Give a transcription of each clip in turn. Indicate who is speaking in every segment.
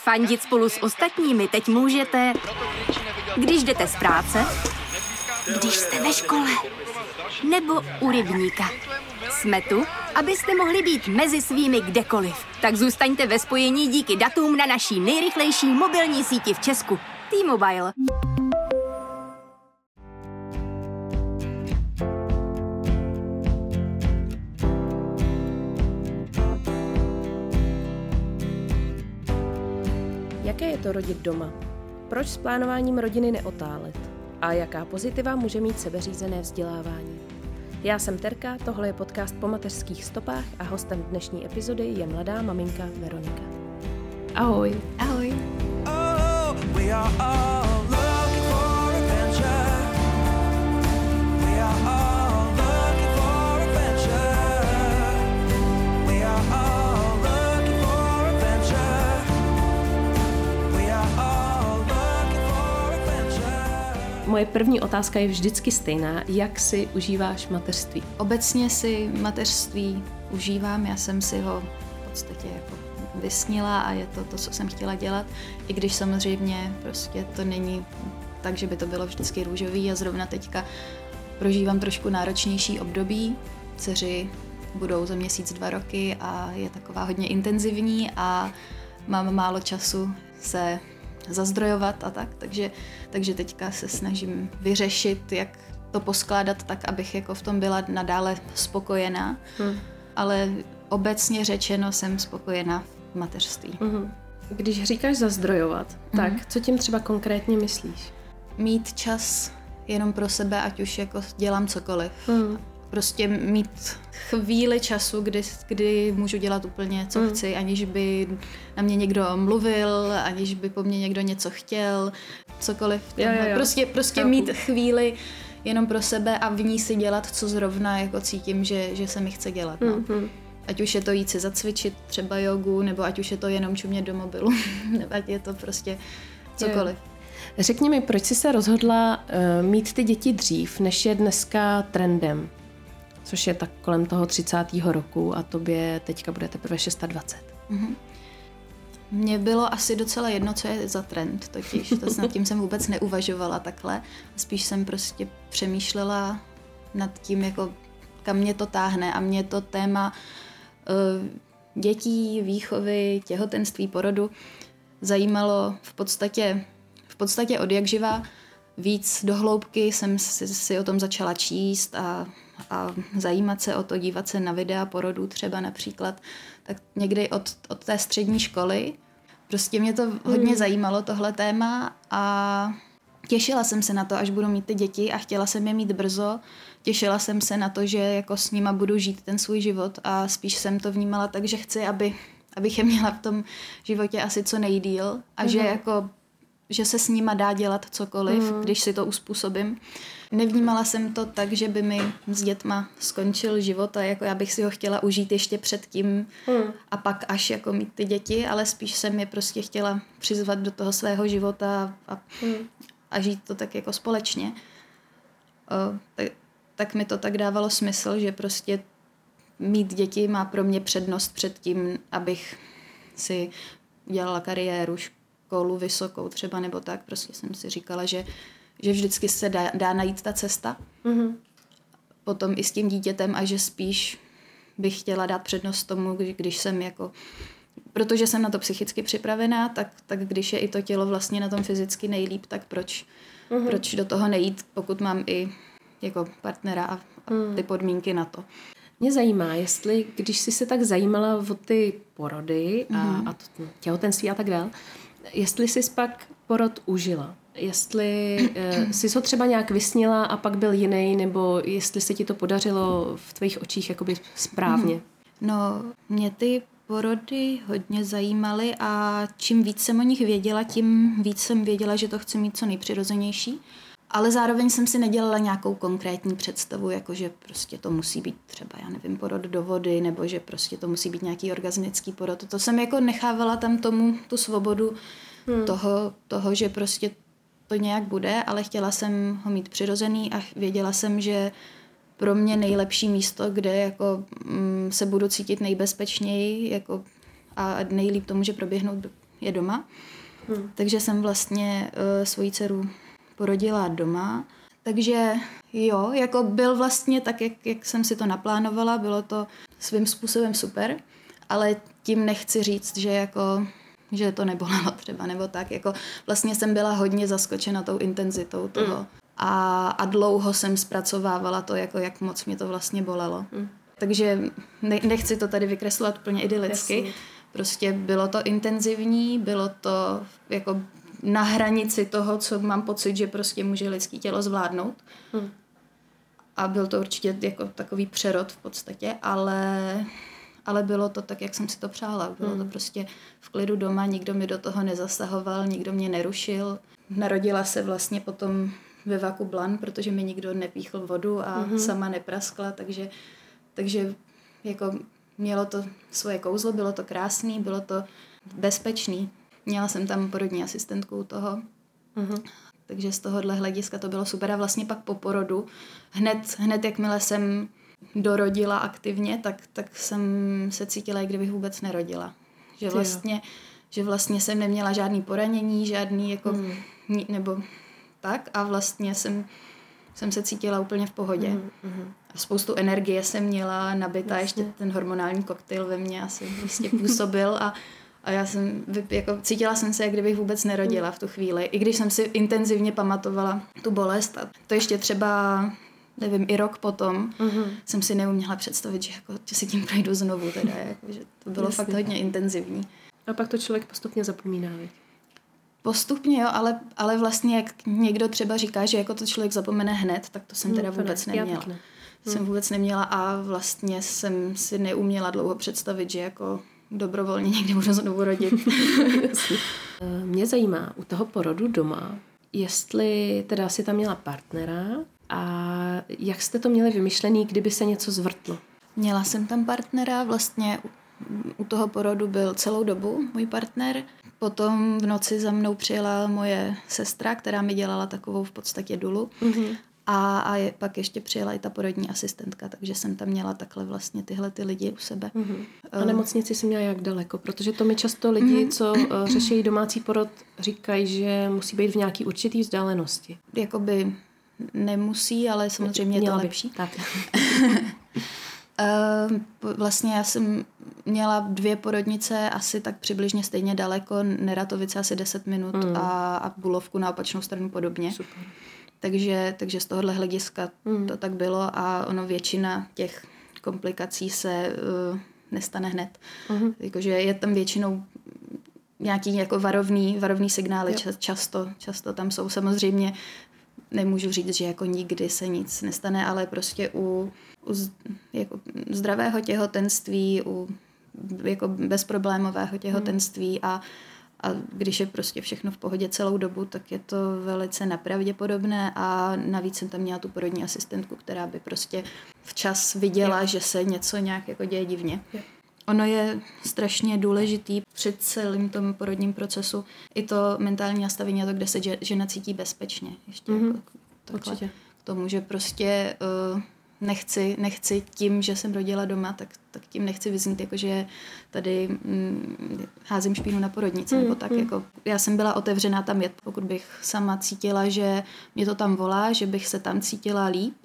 Speaker 1: Fandit spolu s ostatními teď můžete, když jdete z práce, když jste ve škole, nebo u rybníka. Jsme tu, abyste mohli být mezi svými kdekoliv. Tak zůstaňte ve spojení díky datům na naší nejrychlejší mobilní síti v Česku. T-Mobile.
Speaker 2: Jaké je to rodit doma? Proč s plánováním rodiny neotálet? A jaká pozitiva může mít sebeřízené vzdělávání? Já jsem Terka, tohle je podcast Po mateřských stopách a hostem dnešní epizody je mladá maminka Veronika. Ahoj.
Speaker 1: Ahoj.
Speaker 2: Moje první otázka je vždycky stejná. Jak si užíváš mateřství?
Speaker 3: Obecně si mateřství užívám, já jsem si ho v podstatě jako vysnila a je to, co jsem chtěla dělat, i když samozřejmě prostě to není tak, že by to bylo vždycky růžový a zrovna teďka prožívám trošku náročnější období. Dceři budou za měsíc 2 roky a je taková hodně intenzivní a mám málo času se zazdrojovat a tak, takže teďka se snažím vyřešit, jak to poskládat tak, abych jako v tom byla nadále spokojená, ale obecně řečeno jsem spokojená v mateřství.
Speaker 2: Když říkáš zazdrojovat, tak co tím třeba konkrétně myslíš?
Speaker 3: Mít čas jenom pro sebe, ať už jako dělám cokoliv. Prostě mít chvíli času, kdy můžu dělat úplně, co chci, aniž by na mě někdo mluvil, aniž by po mně někdo něco chtěl, cokoliv.
Speaker 2: Jo.
Speaker 3: Prostě mít chvíli jenom pro sebe a v ní si dělat, co zrovna jako cítím, že se mi chce dělat. No. Ať už je to jít si zacvičit třeba jogu, nebo ať už je to jenom čumět do mobilu, nebo ať je to prostě cokoliv.
Speaker 2: Řekni mi, proč jsi se rozhodla mít ty děti dřív, než je dneska trendem? Což je tak kolem toho 30. roku a tobě teďka bude teprve 26.
Speaker 3: Mně bylo asi docela jedno, co je za trend totiž. Nad tím jsem vůbec neuvažovala takhle. Spíš jsem prostě přemýšlela nad tím, jako kam mě to táhne a mě to téma dětí, výchovy, těhotenství, porodu zajímalo v podstatě od jak živa. Víc dohloubky jsem si o tom začala číst a zajímat se o to, dívat se na videa porodů třeba například, tak někdy od té střední školy. Prostě mě to hodně zajímalo tohle téma a těšila jsem se na to, až budu mít ty děti a chtěla jsem je mít brzo. Těšila jsem se na to, že jako s nima budu žít ten svůj život a spíš jsem to vnímala tak, že chci, abych je měla v tom životě asi co nejdýl a že se s nima dá dělat cokoliv, když si to uspůsobím. Nevnímala jsem to tak, že by mi s dětma skončil život a jako já bych si ho chtěla užít ještě předtím a pak až jako mít ty děti, ale spíš jsem je prostě chtěla přizvat do toho svého života a žít to tak jako společně. Tak mi to tak dávalo smysl, že prostě mít děti má pro mě přednost před tím, abych si dělala kariéru, školu vysokou třeba nebo tak. Prostě jsem si říkala, že vždycky se dá najít ta cesta. Potom i s tím dítětem a že spíš bych chtěla dát přednost tomu, když jsem jako... Protože jsem na to psychicky připravená, tak když je i to tělo vlastně na tom fyzicky nejlíp, tak proč do toho nejít, pokud mám i jako partnera a ty podmínky na to.
Speaker 2: Mě zajímá, jestli, když jsi se tak zajímala o ty porody a to těhotenství a tak dále, jestli jsi pak porod užila. Jestli jsi ho třeba nějak vysnila a pak byl jiný, nebo jestli se ti to podařilo v tvých očích jakoby správně.
Speaker 3: No, mě ty porody hodně zajímaly a čím víc jsem o nich věděla, tím víc jsem věděla, že to chci mít co nejpřirozenější. Ale zároveň jsem si nedělala nějakou konkrétní představu, jako že prostě to musí být třeba, já nevím, porod do vody, nebo že prostě to musí být nějaký orgasmický porod. To jsem jako nechávala tam tomu tu svobodu toho, že prostě to nějak bude, ale chtěla jsem ho mít přirozený a věděla jsem, že pro mě nejlepší místo, kde jako se budu cítit nejbezpečněji jako a nejlíp to může proběhnout je doma. Takže jsem vlastně svoji dceru porodila doma. Takže jo, jako byl vlastně tak, jak jsem si to naplánovala, bylo to svým způsobem super, ale tím nechci říct, že to nebolelo třeba, nebo tak, jako vlastně jsem byla hodně zaskočena tou intenzitou toho a dlouho jsem zpracovávala to, jako jak moc mě to vlastně bolelo. Takže nechci to tady vykreslovat úplně idylicky, jasně. Prostě bylo to intenzivní, bylo to jako na hranici toho, co mám pocit, že prostě může lidský tělo zvládnout. A byl to určitě jako takový přerod v podstatě, ale bylo to tak, jak jsem si to přála. Bylo to prostě v klidu doma, nikdo mi do toho nezasahoval, nikdo mě nerušil. Narodila se vlastně potom ve vaku blan, protože mi nikdo nepíchl vodu a sama nepraskla, takže jako mělo to svoje kouzlo, bylo to krásný, bylo to bezpečný. Měla jsem tam porodní asistentku toho, takže z tohohle hlediska to bylo super a vlastně pak po porodu, hned jakmile jsem dorodila aktivně, tak jsem se cítila, jak kdybych vůbec nerodila. Že vlastně jsem neměla žádný poranění, žádný jako, nebo tak a vlastně jsem se cítila úplně v pohodě. A spoustu energie jsem měla nabitá, ještě ten hormonální koktejl ve mně asi prostě působil a já jsem, jako cítila jsem se, jak kdybych vůbec nerodila v tu chvíli. I když jsem si intenzivně pamatovala tu bolest a to ještě třeba, nevím, i rok potom jsem si neuměla představit, že jako si tím projdu znovu teda, jako, že to bylo fakt hodně intenzivní.
Speaker 2: A pak to člověk postupně zapomíná, viď?
Speaker 3: Postupně, jo, ale vlastně jak někdo třeba říká, že jako to člověk zapomene hned, tak to jsem teda vůbec neměla. Jsem vůbec neměla a vlastně jsem si neuměla dlouho představit, že jako dobrovolně někdy můžu znovu rodit.
Speaker 2: Mě zajímá u toho porodu doma, jestli teda si tam měla partnera a jak jste to měli vymyšlený, kdyby se něco zvrtlo?
Speaker 3: Měla jsem tam partnera, vlastně u toho porodu byl celou dobu můj partner. Potom v noci za mnou přijela moje sestra, která mi dělala takovou v podstatě dulu. A pak ještě přijela i ta porodní asistentka, takže jsem tam měla takhle vlastně tyhle ty lidi u sebe.
Speaker 2: A nemocnici jsi měla jak daleko? Protože to mi často lidi, co řeší domácí porod, říkají, že musí být v nějaký určitý vzdálenosti.
Speaker 3: Jakoby nemusí, ale samozřejmě je to lepší.
Speaker 2: Tak.
Speaker 3: Vlastně já jsem měla 2 porodnice asi tak přibližně stejně daleko, Neratovice asi 10 minut a Bulovku na opačnou stranu podobně.
Speaker 2: Super.
Speaker 3: Takže z tohohle hlediska to tak bylo a ono většina těch komplikací se nestane hned. Jakože je tam většinou nějaký jako varovný signály, často tam jsou. Samozřejmě nemůžu říct, že jako nikdy se nic nestane, ale prostě u jako zdravého těhotenství, u jako bezproblémového těhotenství a když je prostě všechno v pohodě celou dobu, tak je to velice nepravděpodobné a navíc jsem tam měla tu porodní asistentku, která by prostě včas viděla, že se něco nějak jako děje divně. Ono je strašně důležitý před celým tom porodním procesu i to mentální nastavení a to, kde se žena cítí bezpečně. Ještě jako
Speaker 2: určitě.
Speaker 3: K tomu, že prostě nechci tím, že jsem rodila doma, tak tím nechci vyznít, jako že tady házím špínu na porodnici, nebo tak. Jako, já jsem byla otevřená tam jet, pokud bych sama cítila, že mě to tam volá, že bych se tam cítila líp,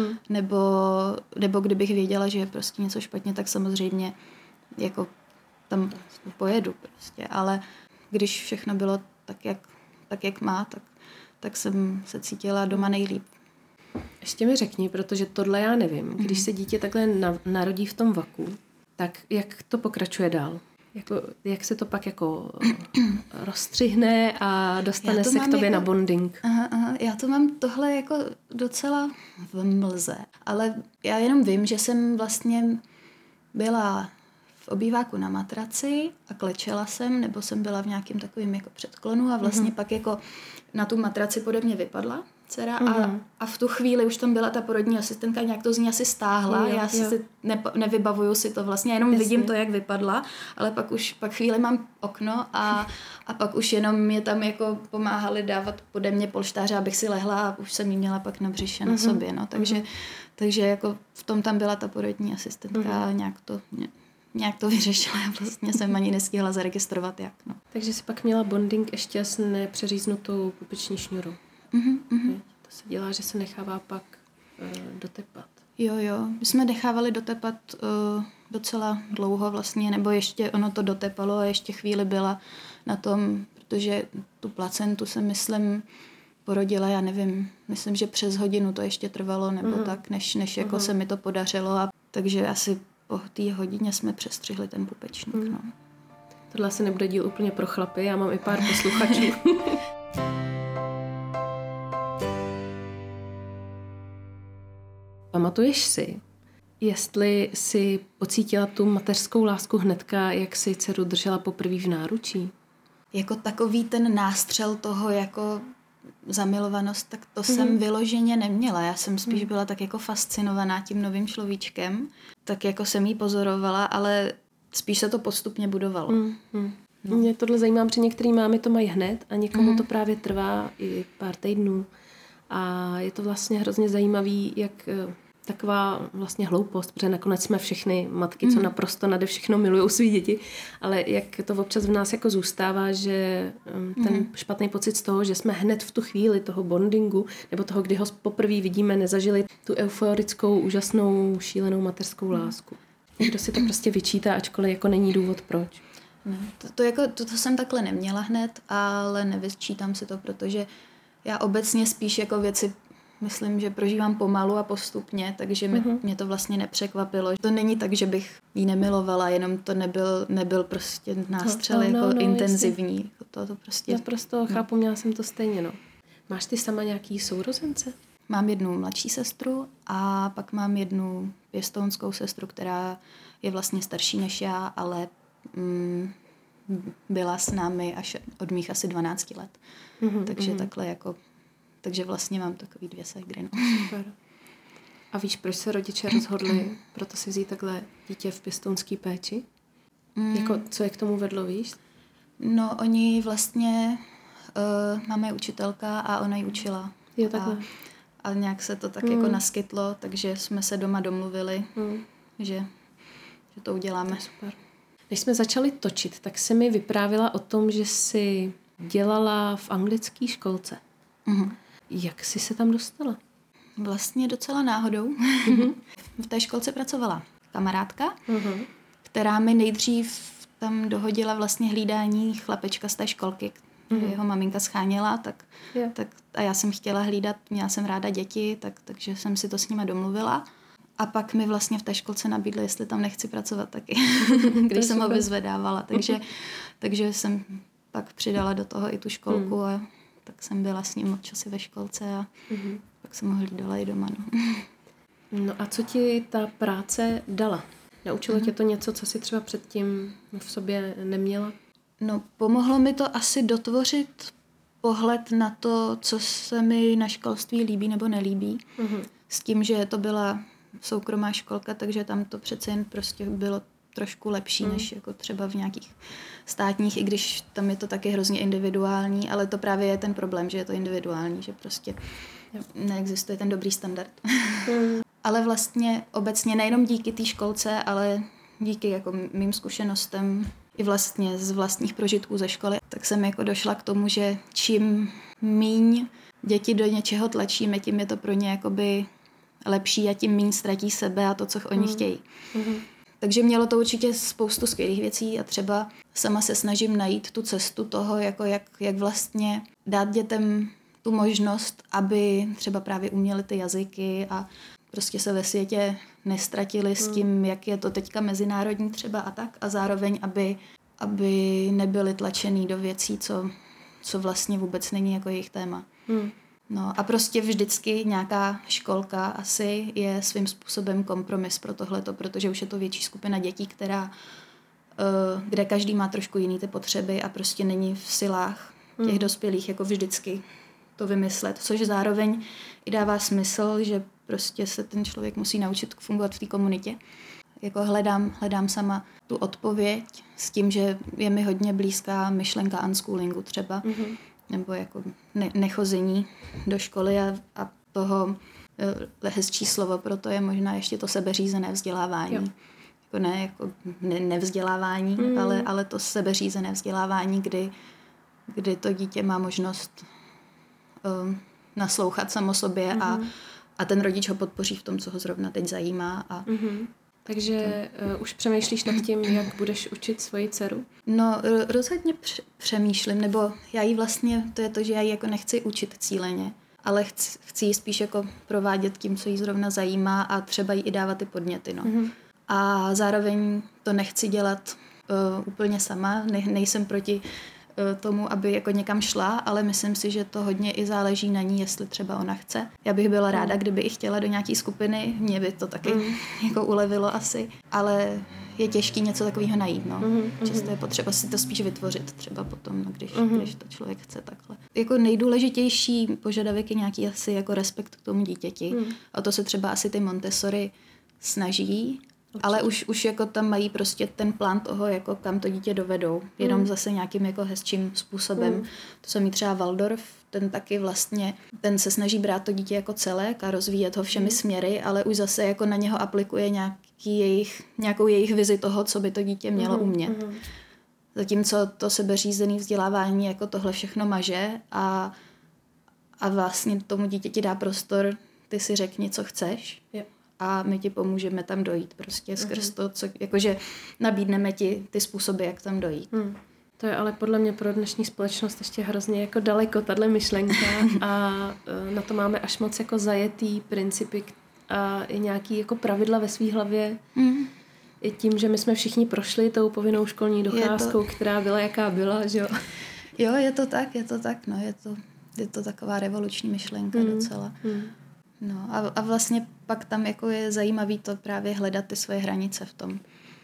Speaker 3: nebo kdybych věděla, že je prostě něco špatně, tak samozřejmě jako tam pojedu prostě. Ale když všechno bylo tak jak má, tak jsem se cítila doma nejlíp.
Speaker 2: Ještě mi řekni, protože tohle já nevím. Když se dítě takhle narodí v tom vaku, tak jak to pokračuje dál? Jak se to pak jako rozstřihne a dostane se k tobě na bonding?
Speaker 3: Já to mám tohle jako docela v mlze. Ale já jenom vím, že jsem vlastně byla v obýváku na matraci a klečela jsem, nebo jsem byla v nějakým takovým jako předklonu a vlastně pak jako na tu matraci pode mě vypadla dcera a v tu chvíli už tam byla ta porodní asistentka, nějak to z ní asi stáhla, já si nevybavuju si to vlastně, jenom vidím to, jak vypadla, ale pak chvíli mám okno a pak už jenom mě tam jako pomáhali dávat pode mě polštáře, abych si lehla a už jsem jí měla pak na břiše na sobě, no, takže jako v tom tam byla ta porodní asistentka a nějak nějak to vyřešila. Já vlastně jsem ani nestihla zaregistrovat jak. No.
Speaker 2: Takže jsi pak měla bonding ještě s nepřeříznutou pupeční šňůrou. To se dělá, že se nechává pak dotepat.
Speaker 3: Jo. My jsme nechávali dotepat docela dlouho vlastně, nebo ještě ono to dotepalo a ještě chvíli byla na tom, protože tu placentu jsem, myslím, porodila, já nevím, myslím, že přes hodinu to ještě trvalo, nebo tak, než jako se mi to podařilo. A takže asi po té hodině jsme přestřihli ten pupečník. No.
Speaker 2: Tohle asi nebude díl úplně pro chlapy, já mám i pár posluchačů. Pamatuješ si, jestli si pocítila tu mateřskou lásku hnedka, jak si dceru držela poprvé v náručí?
Speaker 3: Jako takový ten nástřel toho jako zamilovanost, tak to jsem vyloženě neměla. Já jsem spíš byla tak jako fascinovaná tím novým človíčkem, tak jako jsem jí pozorovala, ale spíš se to postupně budovalo.
Speaker 2: No. Mě tohle zajímá, protože některý mámy to mají hned a někomu to právě trvá i pár týdnů. A je to vlastně hrozně zajímavý, jak taková vlastně hloupost, protože nakonec jsme všechny matky, co naprosto nade všechno milujou svý děti, ale jak to občas v nás jako zůstává, že ten špatný pocit z toho, že jsme hned v tu chvíli toho bondingu, nebo toho, kdy ho poprvé vidíme, nezažili tu euforickou, úžasnou, šílenou mateřskou lásku. Někdo si to prostě vyčítá, ačkoliv jako není důvod proč.
Speaker 3: Ne, to jsem takhle neměla hned, ale nevyčítám si to, protože já obecně spíš jako věci myslím, že prožívám pomalu a postupně, takže mě to vlastně nepřekvapilo. To není tak, že bych ji nemilovala, jenom to nebyl prostě nástřel intenzivní. To prostě...
Speaker 2: Já prostě chápu, měla jsem to stejně. No. Máš ty sama nějaký sourozence?
Speaker 3: Mám jednu mladší sestru a pak mám jednu pěstounskou sestru, která je vlastně starší než já, ale byla s námi až od mých asi 12 let. Takže takhle jako... Takže vlastně mám takový 2 ségry. No.
Speaker 2: Super. A víš, proč se rodiče rozhodli proto si vzít takhle dítě v pěstounské péči? Jako, co je k tomu vedlo, víš?
Speaker 3: No, oni vlastně... máma je učitelka a ona ji učila.
Speaker 2: Jo, takhle.
Speaker 3: A nějak se to tak jako naskytlo, takže jsme se doma domluvili, že to uděláme.
Speaker 2: To je super. Než jsme začali točit, tak se mi vyprávila o tom, že jsi dělala v anglické školce. Jak jsi se tam dostala?
Speaker 3: Vlastně docela náhodou. V té školce pracovala kamarádka, která mi nejdřív tam dohodila vlastně hlídání chlapečka z té školky. Jeho maminka scháněla, tak a já jsem chtěla hlídat, měla jsem ráda děti, takže jsem si to s nima domluvila. A pak mi vlastně v té školce nabídli, jestli tam nechci pracovat taky, když jsem ho vyzvedávala. Takže jsem pak přidala do toho i tu školku a tak jsem byla s ním časy ve školce a pak jsem ho hlídala i doma.
Speaker 2: No a co ti ta práce dala? Naučilo tě to něco, co jsi třeba předtím v sobě neměla?
Speaker 3: No, pomohlo mi to asi dotvořit pohled na to, co se mi na školství líbí nebo nelíbí. S tím, že to byla soukromá školka, takže tam to přece jen prostě bylo trošku lepší, než jako třeba v nějakých státních, i když tam je to taky hrozně individuální, ale to právě je ten problém, že je to individuální, že prostě neexistuje ten dobrý standard. Ale vlastně obecně nejenom díky té školce, ale díky jako mým zkušenostem i vlastně z vlastních prožitků ze školy, tak jsem jako došla k tomu, že čím míň děti do něčeho tlačíme, tím je to pro ně jakoby lepší a tím míň ztratí sebe a to, co oni chtějí. Takže mělo to určitě spoustu skvělých věcí a třeba sama se snažím najít tu cestu toho, jako jak vlastně dát dětem tu možnost, aby třeba právě uměli ty jazyky a prostě se ve světě nestratili s tím, jak je to teďka mezinárodní třeba a tak a zároveň, aby nebyli tlačený do věcí, co vlastně vůbec není jako jejich téma. No a prostě vždycky nějaká školka asi je svým způsobem kompromis pro tohleto, protože už je to větší skupina dětí, kde každý má trošku jiný ty potřeby a prostě není v silách těch dospělých jako vždycky to vymyslet, což zároveň i dává smysl, že prostě se ten člověk musí naučit fungovat v té komunitě. Jako hledám sama tu odpověď s tím, že je mi hodně blízká myšlenka unschoolingu třeba, nebo jako nechození do školy a toho hezčí slovo, proto je možná ještě to sebeřízené vzdělávání. jako nevzdělávání, ale to sebeřízené vzdělávání, kdy to dítě má možnost naslouchat samo sobě a ten rodič ho podpoří v tom, co ho zrovna teď zajímá.
Speaker 2: Takže už přemýšlíš nad tím, jak budeš učit svoji dceru?
Speaker 3: No, rozhodně přemýšlím, nebo já jí vlastně, to je to, že já jí jako nechci učit cíleně, ale chci jí spíš jako provádět tím, co jí zrovna zajímá a třeba jí i dávat ty podněty, no. A zároveň to nechci dělat úplně sama, nejsem proti tomu, aby jako někam šla, ale myslím si, že to hodně i záleží na ní, jestli třeba ona chce. Já bych byla ráda, kdyby i chtěla do nějaký skupiny, mě by to taky jako ulevilo asi, ale je těžký něco takového najít, no. Často je potřeba si to spíš vytvořit třeba potom, no, když to člověk chce takhle. Jako nejdůležitější požadavek je nějaký asi jako respekt k tomu dítěti a to se třeba asi ty Montessori snaží, ale už jako tam mají prostě ten plán toho, jako kam to dítě dovedou. Jenom zase nějakým jako hezčím způsobem. To samý třeba Waldorf, ten taky vlastně, ten se snaží brát to dítě jako celek a rozvíjet ho všemi směry, ale už zase jako na něho aplikuje nějakou jejich vizi toho, co by to dítě mělo umět. Zatímco to sebeřízené vzdělávání jako tohle všechno maže a vlastně tomu dítěti dá prostor, ty si řekni, co chceš. A my ti pomůžeme tam dojít prostě skrz to, co, jakože nabídneme ti ty způsoby, jak tam dojít.
Speaker 2: To je ale podle mě pro dnešní společnost ještě hrozně jako daleko, tahle myšlenka a na to máme až moc jako zajetý principy a i nějaký jako pravidla ve svý hlavě. I tím, že my jsme všichni prošli tou povinnou školní docházkou, která byla jaká byla, že jo?
Speaker 3: Jo, je to tak, no, je to taková revoluční myšlenka docela. No a vlastně pak tam jako je zajímavý to právě hledat ty svoje hranice v tom.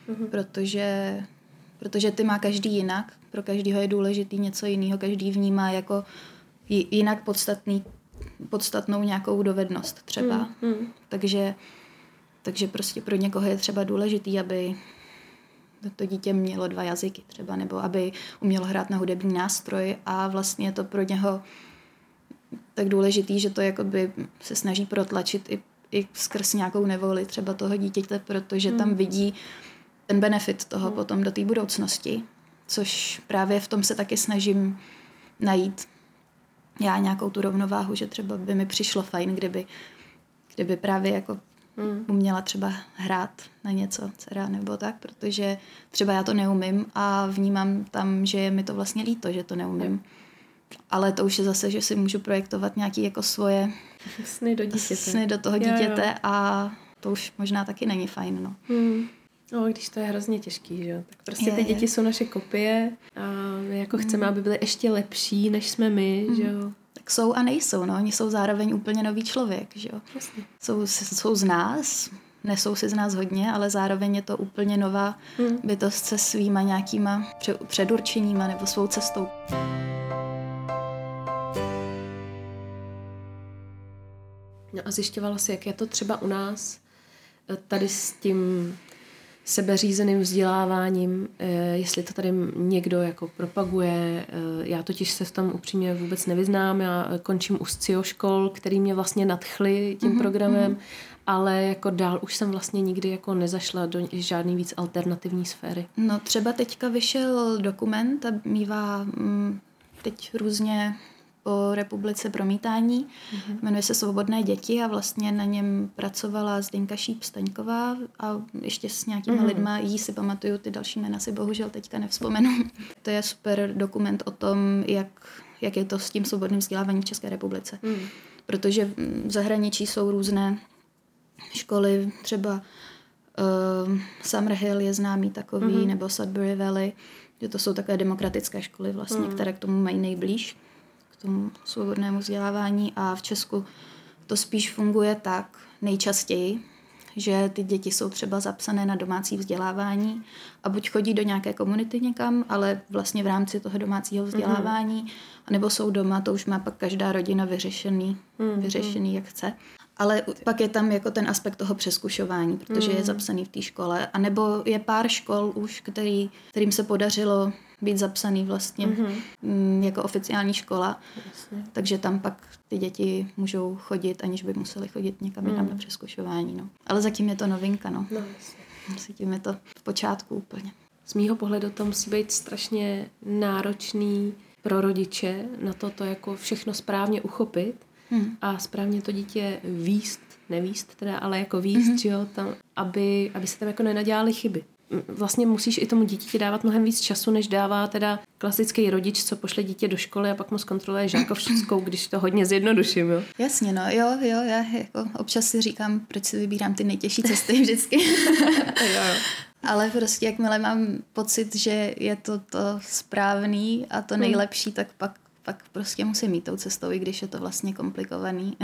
Speaker 3: Protože ty má každý jinak, pro každýho je důležitý něco jiného, každý vnímá jako jinak podstatnou nějakou dovednost třeba. Takže prostě pro někoho je třeba důležitý, aby to dítě mělo 2 jazyky třeba, nebo aby umělo hrát na hudební nástroj a vlastně je to pro něho tak důležitý, že to jakoby se snaží protlačit i skrz nějakou nevoli třeba toho dítěte, protože tam vidí ten benefit toho potom do té budoucnosti, což právě v tom se taky snažím najít já nějakou tu rovnováhu, že třeba by mi přišlo fajn, kdyby právě jako uměla třeba hrát na něco dcera nebo tak, protože třeba já to neumím a vnímám tam, že je mi to vlastně líto, že to neumím. Ale to už je zase, že si můžu projektovat nějaké jako svoje sny do toho dítěte a to už možná taky není fajn, no.
Speaker 2: No, když to je hrozně těžký, že? Tak prostě ty děti jsou naše kopie a my jako chceme, aby byly ještě lepší, než jsme my, že jo.
Speaker 3: Tak jsou a nejsou, no. Oni jsou zároveň úplně nový člověk, že jo.
Speaker 2: Vlastně.
Speaker 3: Jsou z nás, nesou si z nás hodně, ale zároveň je to úplně nová bytost se svýma nějakýma předurčeníma nebo svou cestou.
Speaker 2: No a zjišťovala jsi, jak je to třeba u nás tady s tím sebeřízeným vzděláváním, jestli to tady někdo jako propaguje. Já totiž se v tom upřímně vůbec nevyznám. Já končím u scioškol, který mě vlastně nadchly tím programem, ale jako dál už jsem vlastně nikdy jako nezašla do žádný víc alternativní sféry.
Speaker 3: No třeba teďka vyšel dokument a mívá teď různě po republice promítání. Jmenuje se Svobodné děti a vlastně na něm pracovala Zdeňka Šíp-Staňková a ještě s nějakými lidma, jí si pamatuju, ty další jména si bohužel teďka nevzpomenu. To je super dokument o tom, jak je to s tím svobodným vzděláváním v České republice. Protože v zahraničí jsou různé školy, třeba Summerhill je známý takový, nebo Sudbury Valley, že to jsou takové demokratické školy vlastně, které k tomu mají nejblíž, k tomu svobodnému vzdělávání, a v Česku to spíš funguje tak nejčastěji, že ty děti jsou třeba zapsané na domácí vzdělávání a buď chodí do nějaké komunity někam, ale vlastně v rámci toho domácího vzdělávání, anebo jsou doma, to už má pak každá rodina vyřešený jak chce. Ale pak je tam jako ten aspekt toho přezkušování, protože je zapsaný v té škole. A nebo je pár škol už, kterým se podařilo být zapsaný vlastně jako oficiální škola.
Speaker 2: Jasně.
Speaker 3: Takže tam pak ty děti můžou chodit, aniž by museli chodit někam jinam na přezkušování. No. Ale zatím je to novinka. No.
Speaker 2: No, jasně.
Speaker 3: Cítím to v počátku úplně.
Speaker 2: Z mýho pohledu to musí být strašně náročný pro rodiče na to jako všechno správně uchopit a správně to dítě nevíst teda, ale jako že jo, tam, aby se tam jako nenadělaly chyby. Vlastně musíš i tomu dítěti dávat mnohem víc času, než dává teda klasický rodič, co pošle dítě do školy a pak mu zkontroluje žákovštěskou, když to hodně zjednoduším, jo.
Speaker 3: Jasně, no, jo, já jako občas si říkám, proč si vybírám ty nejtěžší cesty vždycky.
Speaker 2: jo.
Speaker 3: Ale prostě jakmile mám pocit, že je to správný a to nejlepší, tak pak prostě musím mít tou cestou, i když je to vlastně komplikovaný.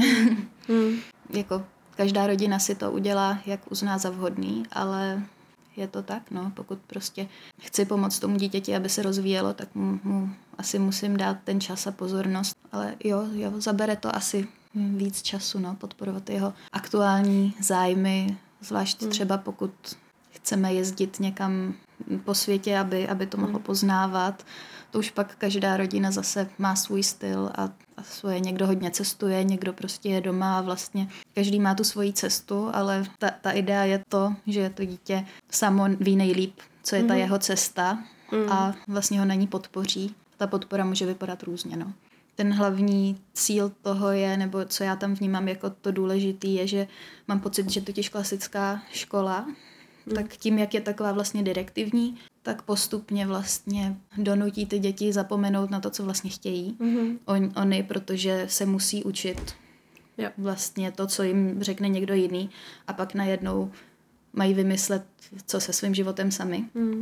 Speaker 3: Jako každá rodina si to udělá, jak uzná za vhodný, ale je to tak, no. Pokud prostě chci pomoct tomu dítěti, aby se rozvíjelo, tak mu asi musím dát ten čas a pozornost. Ale jo, zabere to asi víc času, no, podporovat jeho aktuální zájmy, zvlášť třeba pokud chceme jezdit někam po světě, aby to mohlo poznávat. To už pak každá rodina zase má svůj styl a svoje. Někdo hodně cestuje, někdo prostě je doma a vlastně každý má tu svoji cestu, ale ta idea je to, že to dítě samo ví nejlíp, co je ta jeho cesta a vlastně ho na ní podpoří. Ta podpora může vypadat různě, no. Ten hlavní cíl toho je, nebo co já tam vnímám jako to důležitý, je, že mám pocit, že totiž klasická škola, tak tím, jak je taková vlastně direktivní, tak postupně vlastně donutí ty děti zapomenout na to, co vlastně chtějí. Oni, protože se musí učit vlastně to, co jim řekne někdo jiný a pak najednou mají vymyslet, co se svým životem sami.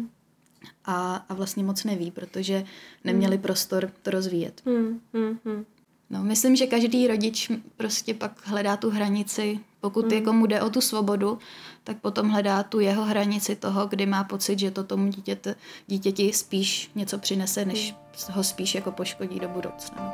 Speaker 3: A vlastně moc neví, protože neměli prostor to rozvíjet. No, myslím, že každý rodič prostě pak hledá tu hranici, pokud mu jde o tu svobodu, tak potom hledá tu jeho hranici toho, kdy má pocit, že to tomu dítěti spíš něco přinese, než ho spíš jako poškodí do budoucna.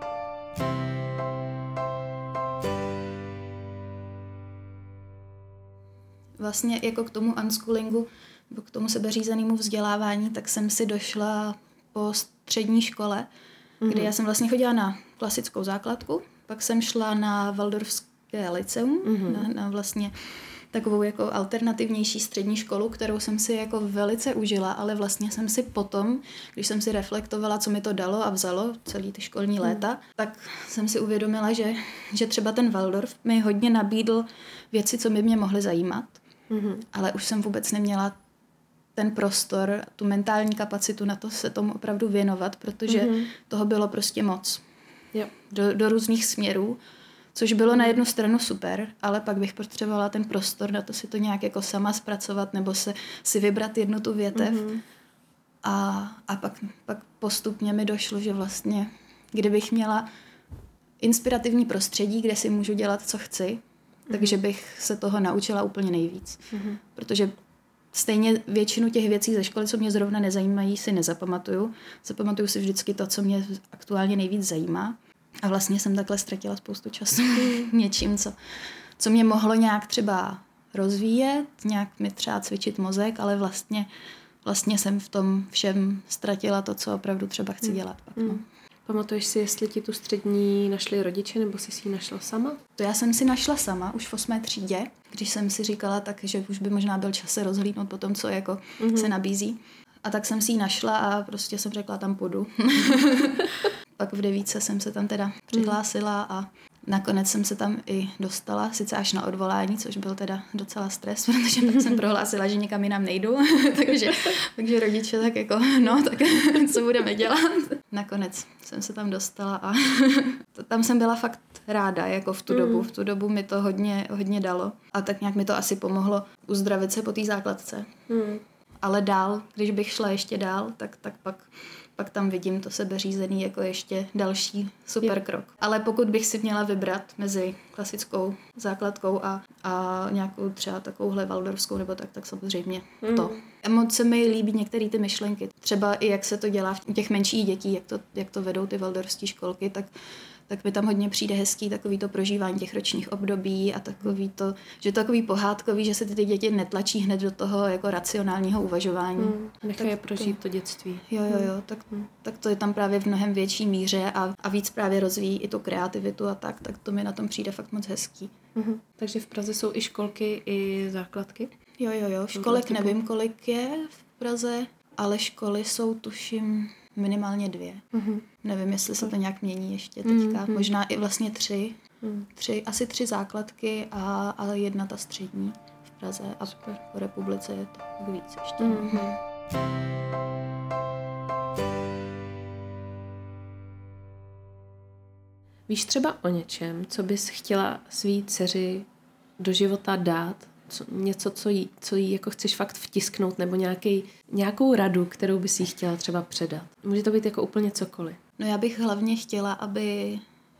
Speaker 3: Vlastně jako k tomu unschoolingu, k tomu sebeřízenému vzdělávání, tak jsem si došla po střední škole, kdy já jsem vlastně chodila na klasickou základku, pak jsem šla na Waldorfské lyceum, na vlastně takovou jako alternativnější střední školu, kterou jsem si jako velice užila, ale vlastně jsem si potom, když jsem si reflektovala, co mi to dalo a vzalo celý ty školní léta, tak jsem si uvědomila, že třeba ten Waldorf mi hodně nabídl věci, co by mě mohly zajímat, ale už jsem vůbec neměla ten prostor, tu mentální kapacitu na to se tomu opravdu věnovat, protože toho bylo prostě moc.
Speaker 2: Jo.
Speaker 3: Do různých směrů, což bylo na jednu stranu super, ale pak bych potřebovala ten prostor na to si to nějak jako sama zpracovat nebo si vybrat jednu tu větev. A pak postupně mi došlo, že vlastně, kdybych měla inspirativní prostředí, kde si můžu dělat, co chci, takže bych se toho naučila úplně nejvíc. Protože stejně většinu těch věcí ze školy, co mě zrovna nezajímají, si nezapamatuju. Zapamatuju si vždycky to, co mě aktuálně nejvíc zajímá. A vlastně jsem takhle ztratila spoustu času něčím, co mě mohlo nějak třeba rozvíjet, nějak mi třeba cvičit mozek, ale vlastně jsem v tom všem ztratila to, co opravdu třeba chci dělat. Pak, no.
Speaker 2: Pamatuješ si, jestli ti tu střední našli rodiče, nebo jsi si ji našla sama?
Speaker 3: To já jsem si našla sama už v 8. třídě, když jsem si říkala tak, že už by možná byl čas se rozhlídnout po tom, co jako se nabízí. A tak jsem si ji našla a prostě jsem řekla, tam půjdu. Pak v 9 jsem se tam teda přihlásila a nakonec jsem se tam i dostala, sice až na odvolání, což byl teda docela stres, protože pak jsem prohlásila, že nikam jinam nejdu, takže rodiče tak jako, no tak co budeme dělat. Nakonec jsem se tam dostala a tam jsem byla fakt ráda, jako v tu dobu. V tu dobu mi to hodně dalo a tak nějak mi to asi pomohlo uzdravit se po té základce. Ale dál, když bych šla ještě dál, tak pak tam vidím to sebeřízený jako ještě další super krok. Ale pokud bych si měla vybrat mezi klasickou základkou a nějakou třeba takovouhle waldorfskou nebo tak samozřejmě to. Moc se mi líbí některé ty myšlenky. Třeba i jak se to dělá v těch menších dětí, jak to vedou ty waldorfské školky, tak mi tam hodně přijde hezký takový to prožívání těch ročních období a takový to, že takový pohádkový, že se ty děti netlačí hned do toho jako racionálního uvažování.
Speaker 2: Nechají je prožít to dětství.
Speaker 3: Jo, tak to je tam právě v mnohem větší míře a víc právě rozvíjí i tu kreativitu a tak to mi na tom přijde fakt moc hezký.
Speaker 2: Takže v Praze jsou i školky, i základky?
Speaker 3: Jo, školek nevím, kolik je v Praze, ale školy jsou tuším minimálně 2. Nevím, jestli se to nějak mění ještě teďka. Možná i vlastně 3. Asi 3 základky a 1 ta střední v Praze a po republice je to víc ještě.
Speaker 2: Víš třeba o něčem, co bys chtěla svý dceři do života dát? Něco, co jí jako chceš fakt vtisknout, nebo nějakou radu, kterou bys jí chtěla třeba předat? Může to být jako úplně cokoliv.
Speaker 3: No já bych hlavně chtěla, aby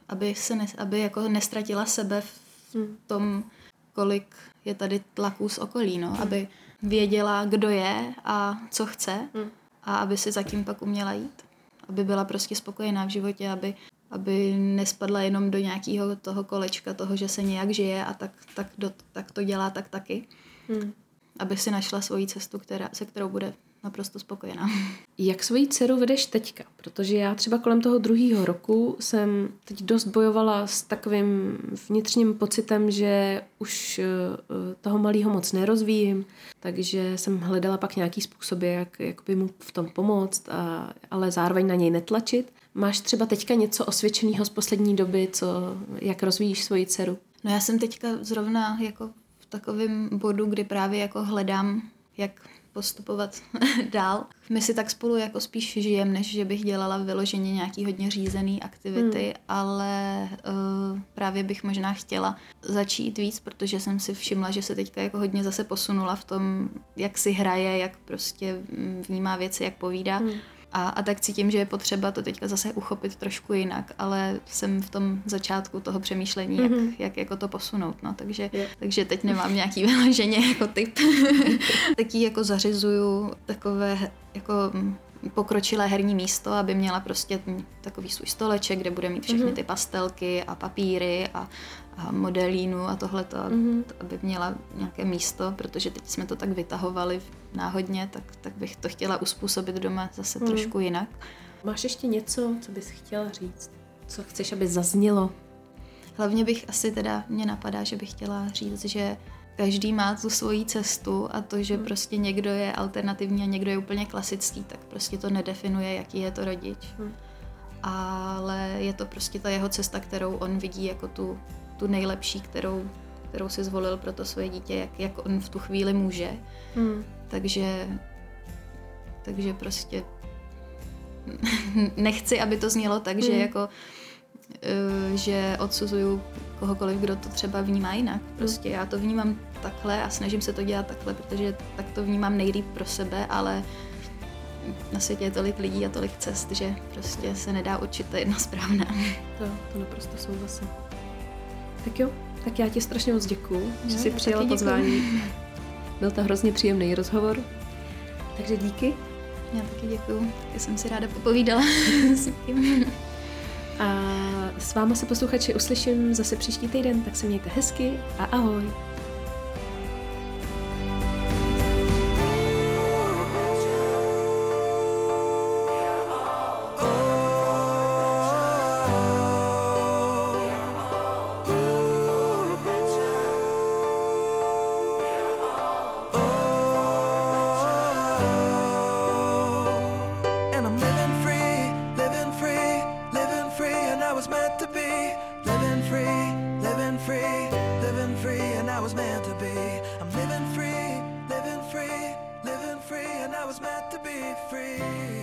Speaker 3: jako nestratila sebe v tom, kolik je tady tlaků z okolí, no. Aby věděla, kdo je a co chce a aby si zatím pak uměla jít. Aby byla prostě spokojená v životě, aby nespadla jenom do nějakého toho kolečka, toho, že se nějak žije a tak to dělá, tak taky. Aby si našla svoji cestu, se kterou bude naprosto spokojená.
Speaker 2: Jak svoji dceru vedeš teďka? Protože já třeba kolem toho 2. roku jsem teď dost bojovala s takovým vnitřním pocitem, že už toho malého moc nerozvíjím, takže jsem hledala pak nějaký způsoby, jak by mu v tom pomoct, ale zároveň na něj netlačit. Máš třeba teďka něco osvědčeného z poslední doby, jak rozvíjíš svoji dceru?
Speaker 3: No já jsem teďka zrovna jako v takovém bodu, kdy právě jako hledám, jak postupovat dál. My si tak spolu jako spíš žijem, než že bych dělala vyloženě nějaký hodně řízený aktivity, ale právě bych možná chtěla začít víc, protože jsem si všimla, že se teďka jako hodně zase posunula v tom, jak si hraje, jak prostě vnímá věci, jak povídá. A tak cítím, že je potřeba to teďka zase uchopit trošku jinak, ale jsem v tom začátku toho přemýšlení, jak jako to posunout, no, takže teď nemám nějaký vyloženě jako tip. Taky jako zařizuju takové jako pokročilé herní místo, aby měla prostě takový svůj stoleček, kde bude mít všechny ty pastelky a papíry a modelínu a tohleto, aby měla nějaké místo, protože teď jsme to tak vytahovali náhodně, tak bych to chtěla uspůsobit doma zase trošku jinak.
Speaker 2: Máš ještě něco, co bys chtěla říct? Co chceš, aby zaznělo?
Speaker 3: Hlavně mě napadá, že bych chtěla říct, že každý má tu svoji cestu a to, že prostě někdo je alternativní a někdo je úplně klasický, tak prostě to nedefinuje, jaký je to rodič. Ale je to prostě ta jeho cesta, kterou on vidí jako tu nejlepší, kterou si zvolil pro to svoje dítě, jak on v tu chvíli může. Takže prostě nechci, aby to znělo tak, že jako že odsuzuju kohokoliv, kdo to třeba vnímá jinak. Prostě já to vnímám takhle a snažím se to dělat takhle, protože tak to vnímám nejlíp pro sebe, ale na světě je tolik lidí a tolik cest, že prostě se nedá určit to jedno správné.
Speaker 2: To naprosto souhlasím. Tak jo, tak já ti strašně moc děkuju, že jsi přijala pozvání. Byl to hrozně příjemný rozhovor, takže díky.
Speaker 3: Já taky děkuju, taky jsem si ráda popovídala s tím.
Speaker 2: A s váma se posluchači uslyším zase příští týden, tak se mějte hezky a ahoj.
Speaker 4: Free, and I was meant to be free.